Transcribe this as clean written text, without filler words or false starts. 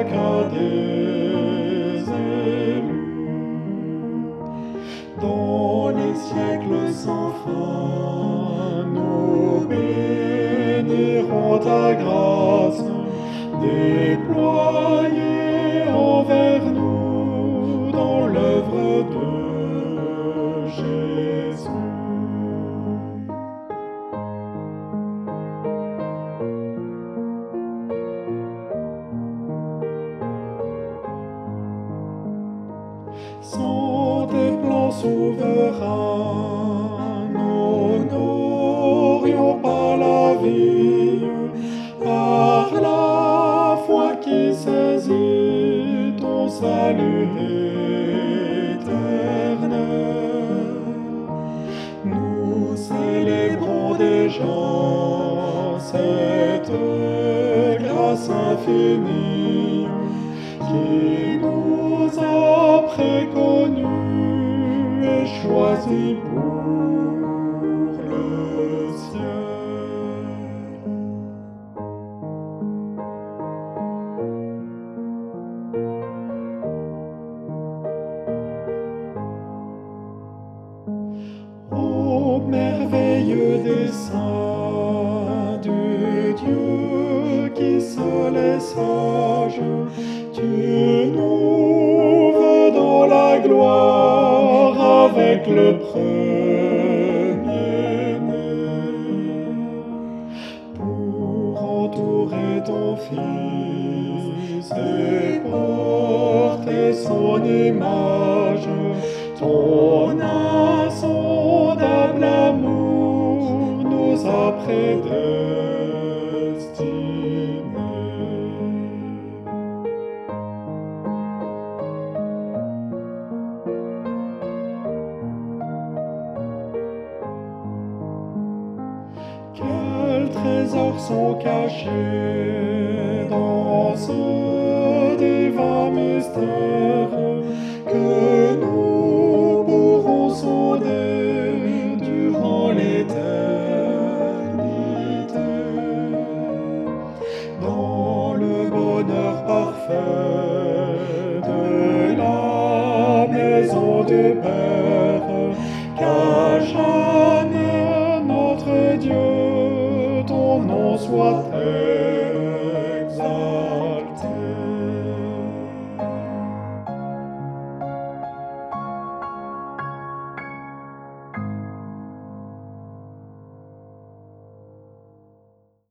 chacun des élus. Dans les siècles sans fin, nous bénirons ta grâce, déployée envers nous dans l'œuvre de Jésus. Sans tes plans souverains, nous n'aurions pas la vie. Par la foi qui saisit ton salut éternel, nous célébrons déjà cette grâce infinie qui nous a préconnus et choisis pour le ciel. Ô merveilleux dessein du Dieu qui seul est sage, tu nous veux dans la gloire avec le premier-né, pour entourer ton Fils et porter son image, ton insondable amour nous a prédestinés. Quels trésors sont cachés dans ce divin mystère que nous pourrons sonder durant l'éternité. Dans le bonheur parfait de la maison du Père, qu'à jamais notre Dieu, ton nom soit élevé.